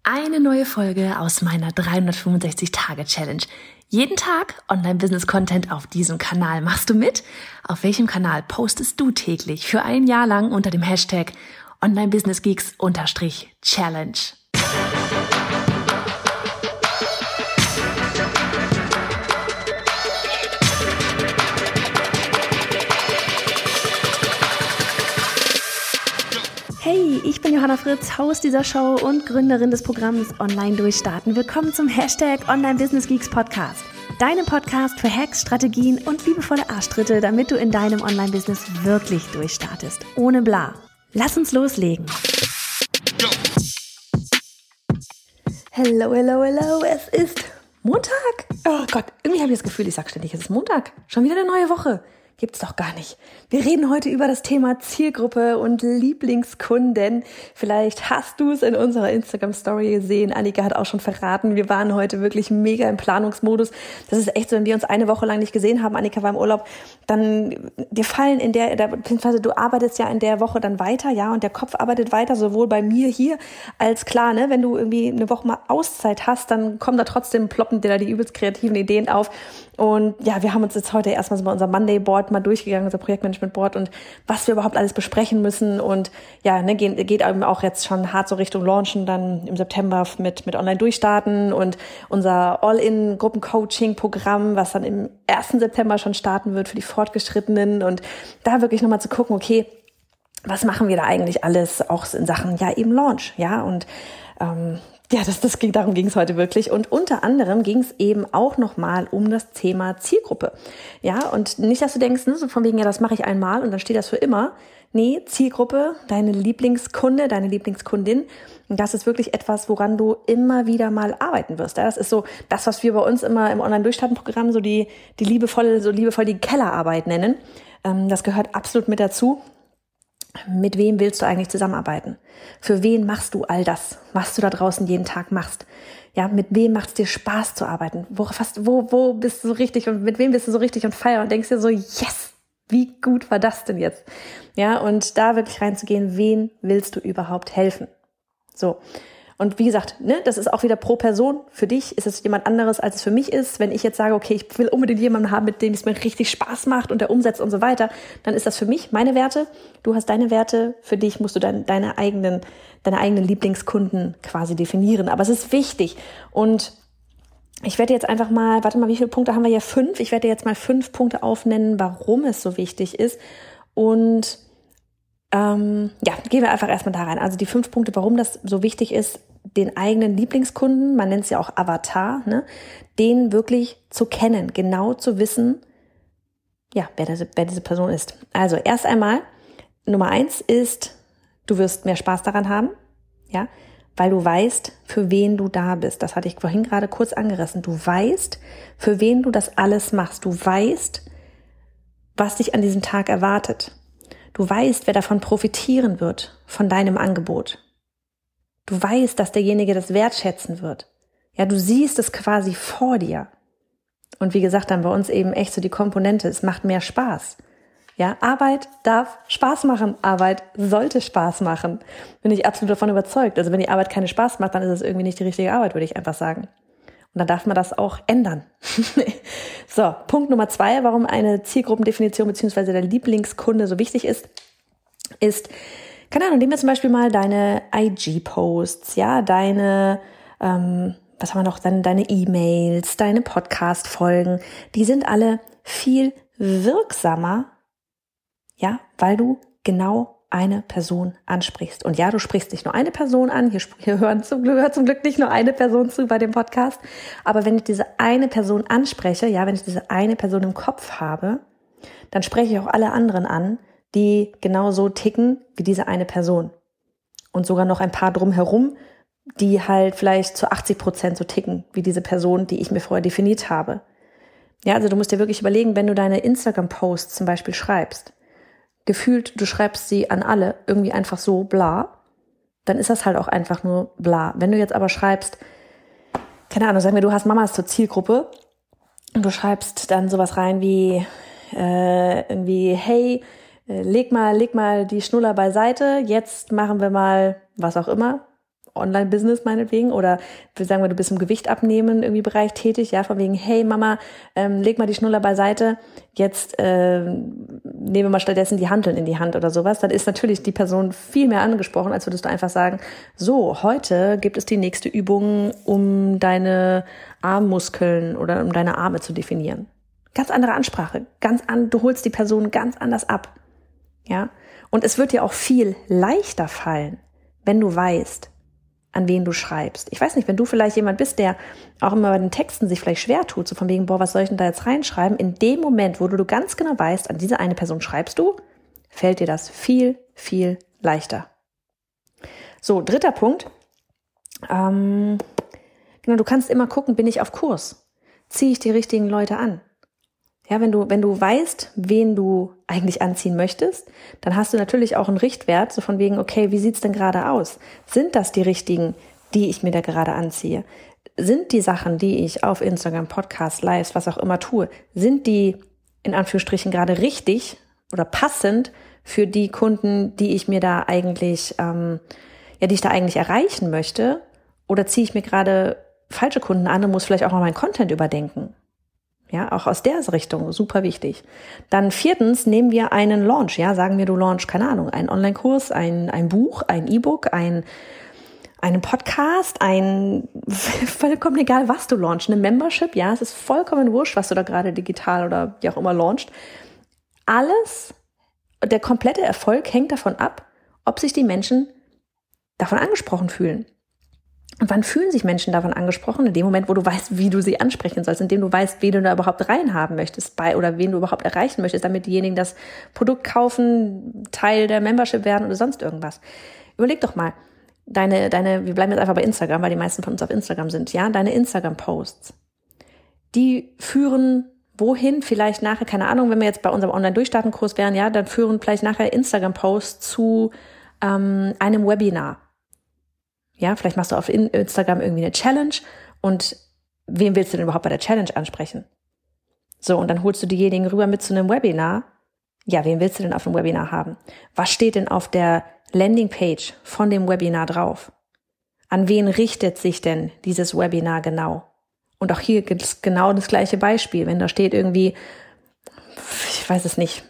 Eine neue Folge aus meiner 365-Tage-Challenge. Jeden Tag Online-Business-Content auf diesem Kanal. Machst du mit? Auf welchem Kanal postest du täglich für ein Jahr lang unter dem Hashtag Online-Business-Geeks_Challenge? Hey, ich bin Johanna Fritz, Host dieser Show und Gründerin des Programms Online Durchstarten. Willkommen zum Hashtag Online-Business-Geeks-Podcast. Deinem Podcast für Hacks, Strategien und liebevolle Arschtritte, damit du in deinem Online-Business wirklich durchstartest. Ohne bla. Lass uns loslegen. Hello, es ist Montag. Oh Gott, irgendwie habe ich das Gefühl, ich sage ständig, es ist Montag. Schon wieder eine neue Woche. Gibt's doch gar nicht. Wir reden heute über das Thema Zielgruppe und Lieblingskunden. Vielleicht hast du es in unserer Instagram-Story gesehen. Annika hat auch schon verraten, wir waren heute wirklich mega im Planungsmodus. Das ist echt so, wenn wir uns eine Woche lang nicht gesehen haben, Annika war im Urlaub, dann dir fallen beziehungsweise du arbeitest ja in der Woche dann weiter, ja, und der Kopf arbeitet weiter, sowohl bei mir hier als klar, ne, wenn du irgendwie eine Woche mal Auszeit hast, dann kommen da trotzdem, ploppen dir da die übelst kreativen Ideen auf. Und ja, wir haben uns jetzt heute erstmal so bei unserem Monday-Board mal durchgegangen, unser Projektmanagement-Board und was wir überhaupt alles besprechen müssen und ja, ne, geht eben auch jetzt schon hart so Richtung Launchen, dann im September mit Online durchstarten und unser All-in-Gruppen-Coaching-Programm, was dann im 1. September schon starten wird für die Fortgeschrittenen und da wirklich nochmal zu gucken, okay, was machen wir da eigentlich alles, auch in Sachen, ja, eben Launch, ja, und darum ging es heute wirklich. Und unter anderem ging es eben auch nochmal um das Thema Zielgruppe. Ja, und nicht, dass du denkst, ne, so von wegen, ja, das mache ich einmal und dann steht das für immer. Nee, Zielgruppe, deine Lieblingskunde, deine Lieblingskundin. Und das ist wirklich etwas, woran du immer wieder mal arbeiten wirst. Ja, das ist so das, was wir bei uns immer im Online-Durchstarten-Programm so die liebevoll die Kellerarbeit nennen. Das gehört absolut mit dazu. Mit wem willst du eigentlich zusammenarbeiten? Für wen machst du all das, was du da draußen jeden Tag machst? Ja, mit wem macht es dir Spaß zu arbeiten? Wo bist du so richtig und mit wem bist du so richtig und feier und denkst dir so, yes, wie gut war das denn jetzt? Ja, und da wirklich reinzugehen, wen willst du überhaupt helfen? So. Und wie gesagt, ne, das ist auch wieder pro Person. Für dich ist es jemand anderes, als es für mich ist. Wenn ich jetzt sage, okay, ich will unbedingt jemanden haben, mit dem es mir richtig Spaß macht und der umsetzt und so weiter, dann ist das für mich meine Werte. Du hast deine Werte. Für dich musst du deine eigenen Lieblingskunden quasi definieren. Aber es ist wichtig. Und ich werde jetzt einfach mal, wie viele Punkte haben wir hier? 5. Ich werde jetzt mal 5 Punkte aufnennen, warum es so wichtig ist. Und gehen wir einfach erstmal da rein. Also die 5 Punkte, warum das so wichtig ist, den eigenen Lieblingskunden, man nennt es ja auch Avatar, ne, den wirklich zu kennen, genau zu wissen, ja, wer diese Person ist. Also erst einmal, Nummer 1 ist, du wirst mehr Spaß daran haben, ja, weil du weißt, für wen du da bist. Das hatte ich vorhin gerade kurz angerissen. Du weißt, für wen du das alles machst. Du weißt, was dich an diesem Tag erwartet. Du weißt, wer davon profitieren wird, von deinem Angebot. Du weißt, dass derjenige das wertschätzen wird. Ja, du siehst es quasi vor dir. Und wie gesagt, dann bei uns eben echt so die Komponente, es macht mehr Spaß. Ja, Arbeit darf Spaß machen. Arbeit sollte Spaß machen. Bin ich absolut davon überzeugt. Also wenn die Arbeit keine Spaß macht, dann ist es irgendwie nicht die richtige Arbeit, würde ich einfach sagen. Und dann darf man das auch ändern. So, Punkt Nummer 2, warum eine Zielgruppendefinition bzw. der Lieblingskunde so wichtig ist, keine Ahnung, nehmen wir zum Beispiel mal deine IG-Posts, ja, deine E-Mails, deine Podcast-Folgen, die sind alle viel wirksamer, ja, weil du genau eine Person ansprichst. Und ja, du sprichst nicht nur eine Person an, hier hört zum Glück nicht nur eine Person zu bei dem Podcast, aber wenn ich diese eine Person anspreche, ja, wenn ich diese eine Person im Kopf habe, dann spreche ich auch alle anderen an, die genauso ticken wie diese eine Person. Und sogar noch ein paar drumherum, die halt vielleicht zu 80% so ticken wie diese Person, die ich mir vorher definiert habe. Ja, also du musst dir wirklich überlegen, wenn du deine Instagram-Posts zum Beispiel schreibst, gefühlt, du schreibst sie an alle irgendwie einfach so bla, dann ist das halt auch einfach nur bla. Wenn du jetzt aber schreibst, keine Ahnung, sagen wir, du hast Mamas zur Zielgruppe und du schreibst dann sowas rein wie irgendwie, hey, leg mal die Schnuller beiseite, jetzt machen wir mal was auch immer Online-Business meinetwegen, oder sagen wir, du bist im Gewicht abnehmen irgendwie Bereich tätig, ja, von wegen, hey Mama, leg mal die Schnuller beiseite, jetzt nehmen wir mal stattdessen die Hanteln in die Hand oder sowas, dann ist natürlich die Person viel mehr angesprochen, als würdest du einfach sagen, so, heute gibt es die nächste Übung, um deine Armmuskeln oder um deine Arme zu definieren. Ganz andere Ansprache, du holst die Person ganz anders ab, ja, und es wird dir auch viel leichter fallen, wenn du weißt, an wen du schreibst. Ich weiß nicht, wenn du vielleicht jemand bist, der auch immer bei den Texten sich vielleicht schwer tut, so von wegen, was soll ich denn da jetzt reinschreiben? In dem Moment, wo du ganz genau weißt, an diese eine Person schreibst du, fällt dir das viel, viel leichter. So, 3. Punkt. Genau, du kannst immer gucken, bin ich auf Kurs? Ziehe ich die richtigen Leute an? Ja, wenn du weißt, wen du eigentlich anziehen möchtest, dann hast du natürlich auch einen Richtwert, so von wegen, okay, wie sieht's denn gerade aus? Sind das die richtigen, die ich mir da gerade anziehe? Sind die Sachen, die ich auf Instagram, Podcasts, Lives, was auch immer tue, sind die in Anführungsstrichen gerade richtig oder passend für die Kunden, die ich mir da eigentlich, die ich da eigentlich erreichen möchte? Oder ziehe ich mir gerade falsche Kunden an und muss vielleicht auch mal meinen Content überdenken? Ja, auch aus der Richtung, super wichtig. Dann 4. nehmen wir einen Launch, ja, sagen wir, du launch, keine Ahnung, einen Online-Kurs, ein Buch, ein E-Book, einen Podcast, vollkommen egal, was du launchst, eine Membership, ja, es ist vollkommen wurscht, was du da gerade digital oder wie auch immer launchst. Alles, der komplette Erfolg hängt davon ab, ob sich die Menschen davon angesprochen fühlen. Und wann fühlen sich Menschen davon angesprochen? In dem Moment, wo du weißt, wie du sie ansprechen sollst, in dem du weißt, wen du da überhaupt reinhaben möchtest oder wen du überhaupt erreichen möchtest, damit diejenigen das Produkt kaufen, Teil der Membership werden oder sonst irgendwas. Überleg doch mal, wir bleiben jetzt einfach bei Instagram, weil die meisten von uns auf Instagram sind, ja, deine Instagram-Posts, die führen wohin? Vielleicht nachher, keine Ahnung, wenn wir jetzt bei unserem Online-Durchstarten-Kurs wären, ja, dann führen vielleicht nachher Instagram-Posts zu einem Webinar. Ja, vielleicht machst du auf Instagram irgendwie eine Challenge und wen willst du denn überhaupt bei der Challenge ansprechen? So, und dann holst du diejenigen rüber mit zu einem Webinar. Ja, wen willst du denn auf dem Webinar haben? Was steht denn auf der Landingpage von dem Webinar drauf? An wen richtet sich denn dieses Webinar genau? Und auch hier gibt es genau das gleiche Beispiel. Wenn da steht irgendwie, ich weiß es nicht,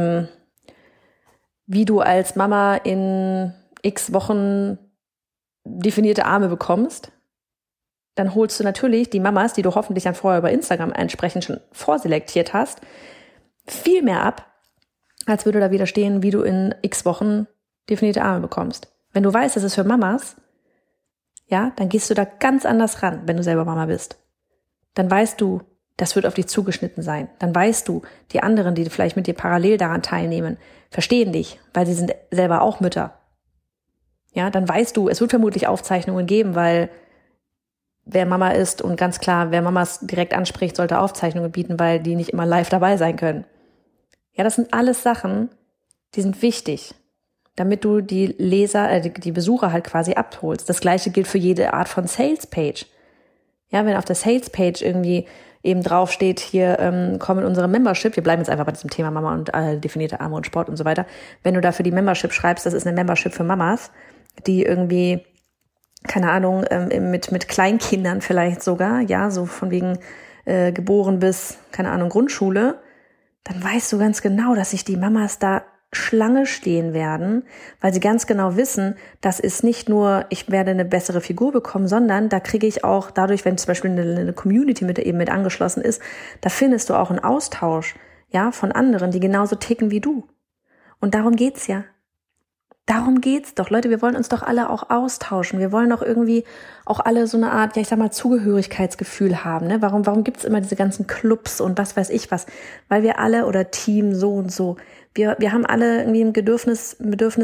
wie du als Mama in x Wochen definierte Arme bekommst, dann holst du natürlich die Mamas, die du hoffentlich dann vorher über Instagram entsprechend schon vorselektiert hast, viel mehr ab, als würde da wieder stehen, wie du in x Wochen definierte Arme bekommst. Wenn du weißt, das ist für Mamas, ja, dann gehst du da ganz anders ran, wenn du selber Mama bist. Dann weißt du, das wird auf dich zugeschnitten sein. Dann weißt du, die anderen, die vielleicht mit dir parallel daran teilnehmen, verstehen dich, weil sie sind selber auch Mütter. Ja, dann weißt du, es wird vermutlich Aufzeichnungen geben, weil wer Mama ist und ganz klar, wer Mamas direkt anspricht, sollte Aufzeichnungen bieten, weil die nicht immer live dabei sein können. Ja, das sind alles Sachen, die sind wichtig, damit du die die Besucher halt quasi abholst. Das Gleiche gilt für jede Art von Sales-Page. Ja, wenn auf der Sales-Page irgendwie eben draufsteht, hier komm in unsere Membership, wir bleiben jetzt einfach bei diesem Thema Mama und definierte Arme und Sport und so weiter. Wenn du dafür die Membership schreibst, das ist eine Membership für Mamas, die irgendwie, keine Ahnung, mit Kleinkindern vielleicht sogar, ja, so von wegen geboren bis, keine Ahnung, Grundschule, dann weißt du ganz genau, dass sich die Mamas da Schlange stehen werden, weil sie ganz genau wissen, das ist nicht nur, ich werde eine bessere Figur bekommen, sondern da kriege ich auch dadurch, wenn zum Beispiel eine Community mit angeschlossen ist, da findest du auch einen Austausch, ja, von anderen, die genauso ticken wie du. Und darum geht's ja. Darum geht's doch. Leute, wir wollen uns doch alle auch austauschen. Wir wollen doch irgendwie auch alle so eine Art, ja, ich sag mal, Zugehörigkeitsgefühl haben, ne? Warum gibt's immer diese ganzen Clubs und was weiß ich was? Weil wir alle oder Team so und so, wir haben alle irgendwie ein Bedürfnis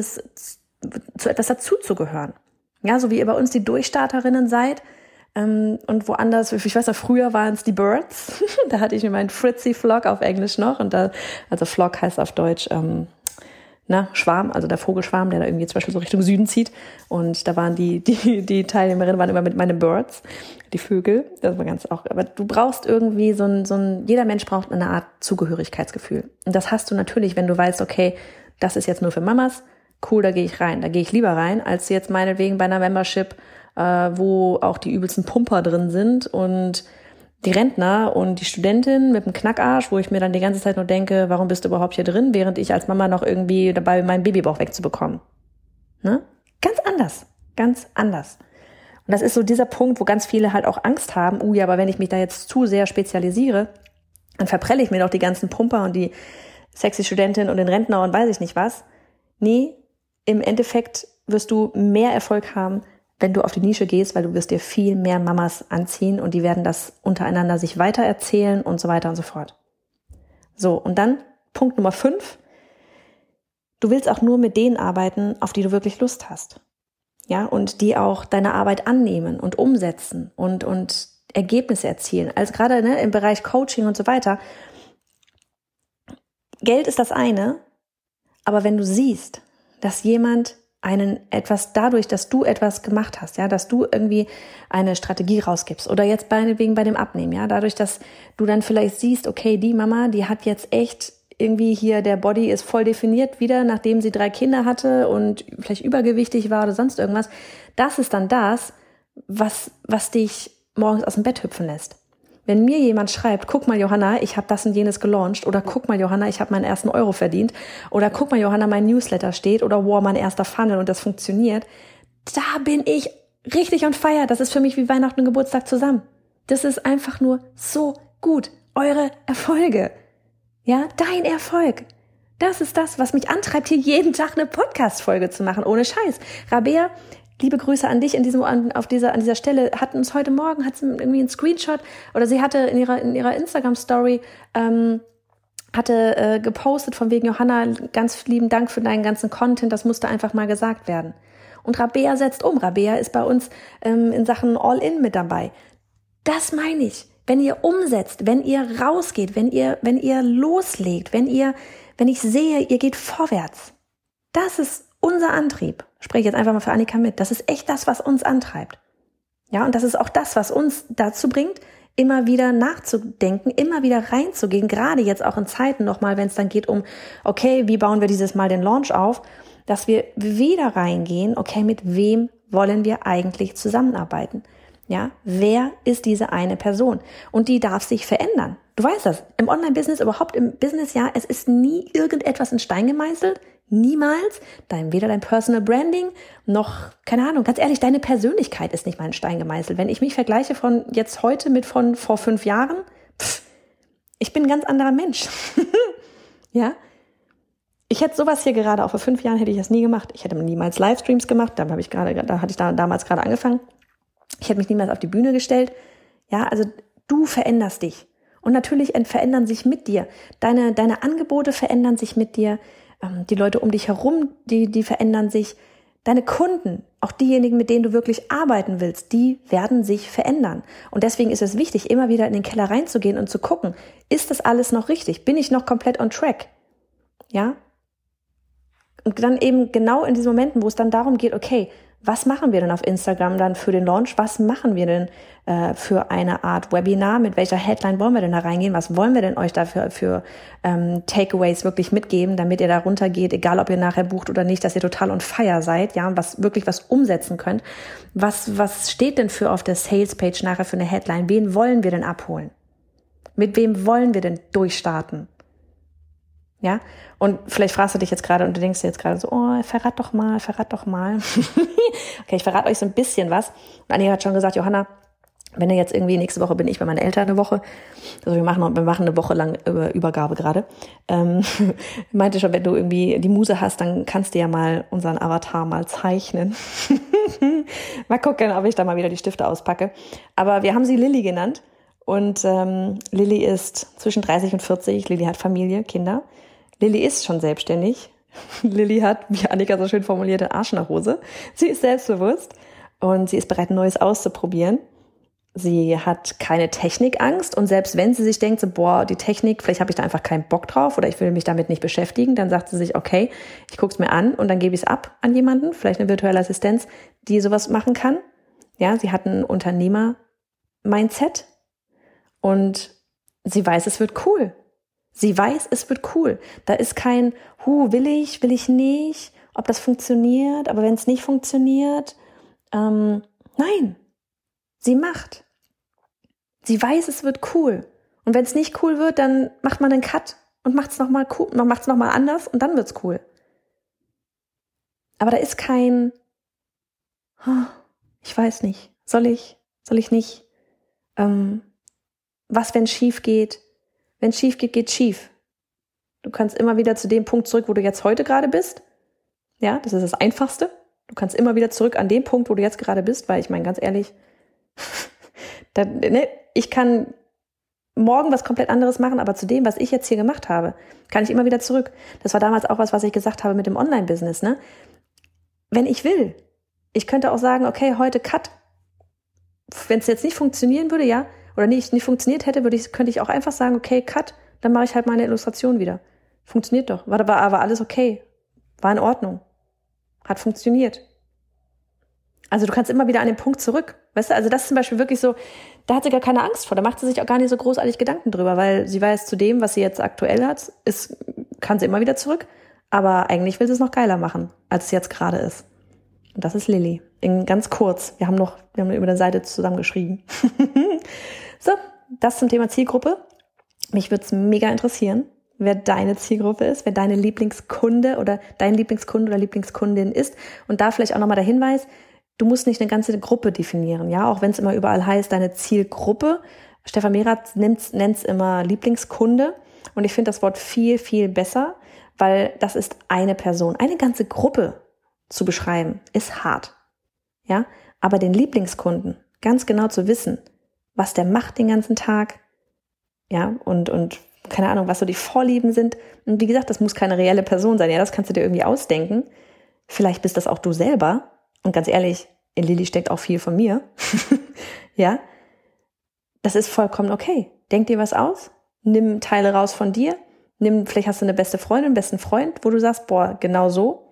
zu etwas dazuzugehören. Ja, so wie ihr bei uns die Durchstarterinnen seid, und woanders, ich weiß noch, früher waren es die Birds. Da hatte ich mir meinen Fritzy-Flock auf Englisch noch und also Flock heißt auf Deutsch, Schwarm, also der Vogelschwarm, der da irgendwie zum Beispiel so Richtung Süden zieht. Und da waren die Teilnehmerinnen waren immer mit meinen Birds, die Vögel. Das war aber du brauchst irgendwie jeder Mensch braucht eine Art Zugehörigkeitsgefühl. Und das hast du natürlich, wenn du weißt, okay, das ist jetzt nur für Mamas, cool, da gehe ich rein. Da gehe ich lieber rein, als jetzt meinetwegen bei einer Membership wo auch die übelsten Pumper drin sind und die Rentner und die Studentin mit dem Knackarsch, wo ich mir dann die ganze Zeit nur denke, warum bist du überhaupt hier drin, während ich als Mama noch irgendwie dabei bin, meinen Babybauch wegzubekommen. Ne? Ganz anders, ganz anders. Und das ist so dieser Punkt, wo ganz viele halt auch Angst haben, ja, aber wenn ich mich da jetzt zu sehr spezialisiere, dann verprelle ich mir doch die ganzen Pumper und die sexy Studentin und den Rentner und weiß ich nicht was. Nee, im Endeffekt wirst du mehr Erfolg haben, wenn du auf die Nische gehst, weil du wirst dir viel mehr Mamas anziehen und die werden das untereinander sich weiter erzählen und so weiter und so fort. So, und dann Punkt Nummer 5. Du willst auch nur mit denen arbeiten, auf die du wirklich Lust hast. Ja, und die auch deine Arbeit annehmen und umsetzen und Ergebnisse erzielen. Also gerade im Bereich Coaching und so weiter. Geld ist das eine, aber wenn du siehst, dass jemand dadurch, dass du etwas gemacht hast, ja, dass du irgendwie eine Strategie rausgibst oder jetzt meinetwegen bei dem Abnehmen, ja, dadurch, dass du dann vielleicht siehst, okay, die Mama, die hat jetzt echt irgendwie hier, der Body ist voll definiert wieder, nachdem sie 3 Kinder hatte und vielleicht übergewichtig war oder sonst irgendwas. Das ist dann das, was dich morgens aus dem Bett hüpfen lässt. Wenn mir jemand schreibt, guck mal Johanna, ich habe das und jenes gelauncht oder guck mal Johanna, ich habe meinen ersten Euro verdient oder guck mal Johanna, mein Newsletter steht oder wow, mein erster Funnel und das funktioniert, da bin ich richtig on fire. Das ist für mich wie Weihnachten und Geburtstag zusammen. Das ist einfach nur so gut. Eure Erfolge. Ja, dein Erfolg. Das ist das, was mich antreibt, hier jeden Tag eine Podcast-Folge zu machen, ohne Scheiß. Rabea, liebe Grüße an dich an dieser Stelle, hat uns heute Morgen, hat sie irgendwie einen Screenshot oder sie hatte in ihrer Instagram-Story, gepostet von wegen Johanna, ganz lieben Dank für deinen ganzen Content, das musste einfach mal gesagt werden. Und Rabea setzt um. Rabea ist bei uns in Sachen All-In mit dabei. Das meine ich. Wenn ihr umsetzt, wenn ihr rausgeht, wenn ihr loslegt, wenn ich sehe, ihr geht vorwärts. Das ist unser Antrieb. Spreche jetzt einfach mal für Annika mit. Das ist echt das, was uns antreibt. Ja, und das ist auch das, was uns dazu bringt, immer wieder nachzudenken, immer wieder reinzugehen, gerade jetzt auch in Zeiten nochmal, wenn es dann geht um, okay, wie bauen wir dieses Mal den Launch auf, dass wir wieder reingehen, okay, mit wem wollen wir eigentlich zusammenarbeiten? Ja, wer ist diese eine Person? Und die darf sich verändern. Du weißt das, im Online-Business, überhaupt im Business, ja, es ist nie irgendetwas in Stein gemeißelt, niemals. Weder dein Personal Branding noch, keine Ahnung, ganz ehrlich, deine Persönlichkeit ist nicht mal in Stein gemeißelt. Wenn ich mich vergleiche von jetzt heute mit von vor 5 Jahren, ich bin ein ganz anderer Mensch. Ja, ich hätte sowas hier gerade, auch vor 5 Jahren hätte ich das nie gemacht. Ich hätte niemals Livestreams gemacht, da hatte ich damals gerade angefangen. Ich hätte mich niemals auf die Bühne gestellt. Ja, also du veränderst dich. Und natürlich verändern sich mit dir. Deine Angebote verändern sich mit dir. Die Leute um dich herum, die verändern sich. Deine Kunden, auch diejenigen, mit denen du wirklich arbeiten willst, die werden sich verändern. Und deswegen ist es wichtig, immer wieder in den Keller reinzugehen und zu gucken, ist das alles noch richtig? Bin ich noch komplett on track? Ja? Und dann eben genau in diesen Momenten, wo es dann darum geht, okay, was machen wir denn auf Instagram dann für den Launch? Was machen wir denn für eine Art Webinar? Mit welcher Headline wollen wir denn da reingehen? Was wollen wir denn euch dafür für Takeaways wirklich mitgeben, damit ihr da runtergeht, egal ob ihr nachher bucht oder nicht, dass ihr total on fire seid, ja, was wirklich was umsetzen könnt. Was steht denn für auf der Sales-Page nachher für eine Headline? Wen wollen wir denn abholen? Mit wem wollen wir denn durchstarten? Ja, und vielleicht fragst du dich jetzt gerade und du denkst dir jetzt gerade so, oh, verrat doch mal. Okay, ich verrate euch so ein bisschen was. Und Annika hat schon gesagt, Johanna, wenn ihr jetzt irgendwie, nächste Woche bin ich bei meinen Eltern eine Woche, also wir machen eine Woche lang Übergabe gerade, meinte schon, wenn du irgendwie die Muse hast, dann kannst du ja mal unseren Avatar mal zeichnen. Mal gucken, ob ich da mal wieder die Stifte auspacke. Aber wir haben sie Lilly genannt und Lilly ist zwischen 30 und 40, Lilly hat Familie, Kinder. Lilly ist schon selbstständig. Lilly hat, wie Annika so schön formuliert, den Arsch in der Hose. Sie ist selbstbewusst und sie ist bereit, Neues auszuprobieren. Sie hat keine Technikangst und selbst wenn sie sich denkt, so, boah, die Technik, vielleicht habe ich da einfach keinen Bock drauf oder ich will mich damit nicht beschäftigen, dann sagt sie sich, okay, ich gucke es mir an und dann gebe ich es ab an jemanden, vielleicht eine virtuelle Assistenz, die sowas machen kann. Ja, sie hat ein Unternehmer-Mindset und sie weiß, es wird cool. Sie weiß, es wird cool. Da ist kein, will ich nicht, ob das funktioniert, aber wenn es nicht funktioniert, Nein, sie macht. Sie weiß, es wird cool. Und wenn es nicht cool wird, dann macht man einen Cut und macht es nochmal cool, man macht es nochmal anders und dann wird's cool. Aber da ist kein, ich weiß nicht, soll ich nicht? Was, wenn es schief geht? Wenn es schief geht, geht's schief. Du kannst immer wieder zu dem Punkt zurück, wo du jetzt heute gerade bist. Ja, das ist das Einfachste. Du kannst immer wieder zurück an den Punkt, wo du jetzt gerade bist, weil ich meine, ganz ehrlich, ich kann morgen was komplett anderes machen, aber zu dem, was ich jetzt hier gemacht habe, kann ich immer wieder zurück. Das war damals auch was ich gesagt habe mit dem Online-Business, ne? Wenn ich will, ich könnte auch sagen, okay, heute Cut. Wenn es jetzt nicht funktionieren würde, ja, oder nicht funktioniert hätte, könnte ich auch einfach sagen, okay, Cut, dann mache ich halt meine Illustration wieder. Funktioniert doch. War alles okay. War in Ordnung. Hat funktioniert. Also du kannst immer wieder an den Punkt zurück. Weißt du, also das ist zum Beispiel wirklich so, da hat sie gar keine Angst vor. Da macht sie sich auch gar nicht so großartig Gedanken drüber, weil sie weiß, zu dem, was sie jetzt aktuell hat, kann sie immer wieder zurück. Aber eigentlich will sie es noch geiler machen, als es jetzt gerade ist. Und das ist Lilly. Ganz kurz. Wir haben über eine Seite zusammengeschrieben. So, das zum Thema Zielgruppe. Mich würde es mega interessieren, wer deine Zielgruppe ist, wer deine Lieblingskunde oder dein Lieblingskunde oder Lieblingskundin ist. Und da vielleicht auch nochmal der Hinweis, du musst nicht eine ganze Gruppe definieren, ja, auch wenn es immer überall heißt, deine Zielgruppe. Stefan Merath nennt es immer Lieblingskunde. Und ich finde das Wort viel, viel besser, weil das ist eine Person. Eine ganze Gruppe zu beschreiben, ist hart. Ja, aber den Lieblingskunden ganz genau zu wissen, was der macht den ganzen Tag, ja, und keine Ahnung, was so die Vorlieben sind. Und wie gesagt, das muss keine reelle Person sein. Ja, das kannst du dir irgendwie ausdenken. Vielleicht bist das auch du selber. Und ganz ehrlich, in Lilly steckt auch viel von mir. Ja, das ist vollkommen okay. Denk dir was aus. Nimm Teile raus von dir. Vielleicht hast du eine beste Freundin, einen besten Freund, wo du sagst, boah, genau so.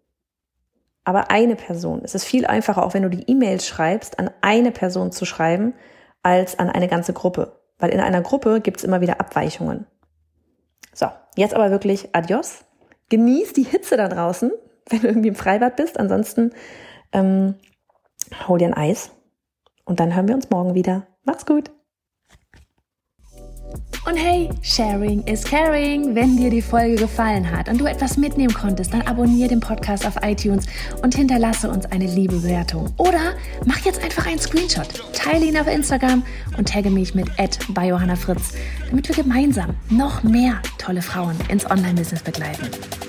Aber eine Person. Es ist viel einfacher, auch wenn du die E-Mails schreibst, an eine Person zu schreiben, als an eine ganze Gruppe. Weil in einer Gruppe gibt es immer wieder Abweichungen. So, jetzt aber wirklich adios. Genieß die Hitze da draußen, wenn du irgendwie im Freibad bist. Ansonsten hol dir ein Eis. Und dann hören wir uns morgen wieder. Mach's gut. Und hey, Sharing is Caring. Wenn dir die Folge gefallen hat und du etwas mitnehmen konntest, dann abonniere den Podcast auf iTunes und hinterlasse uns eine liebe Bewertung. Oder mach jetzt einfach einen Screenshot, teile ihn auf Instagram und tagge mich mit @byjohannafritz, damit wir gemeinsam noch mehr tolle Frauen ins Online-Business begleiten.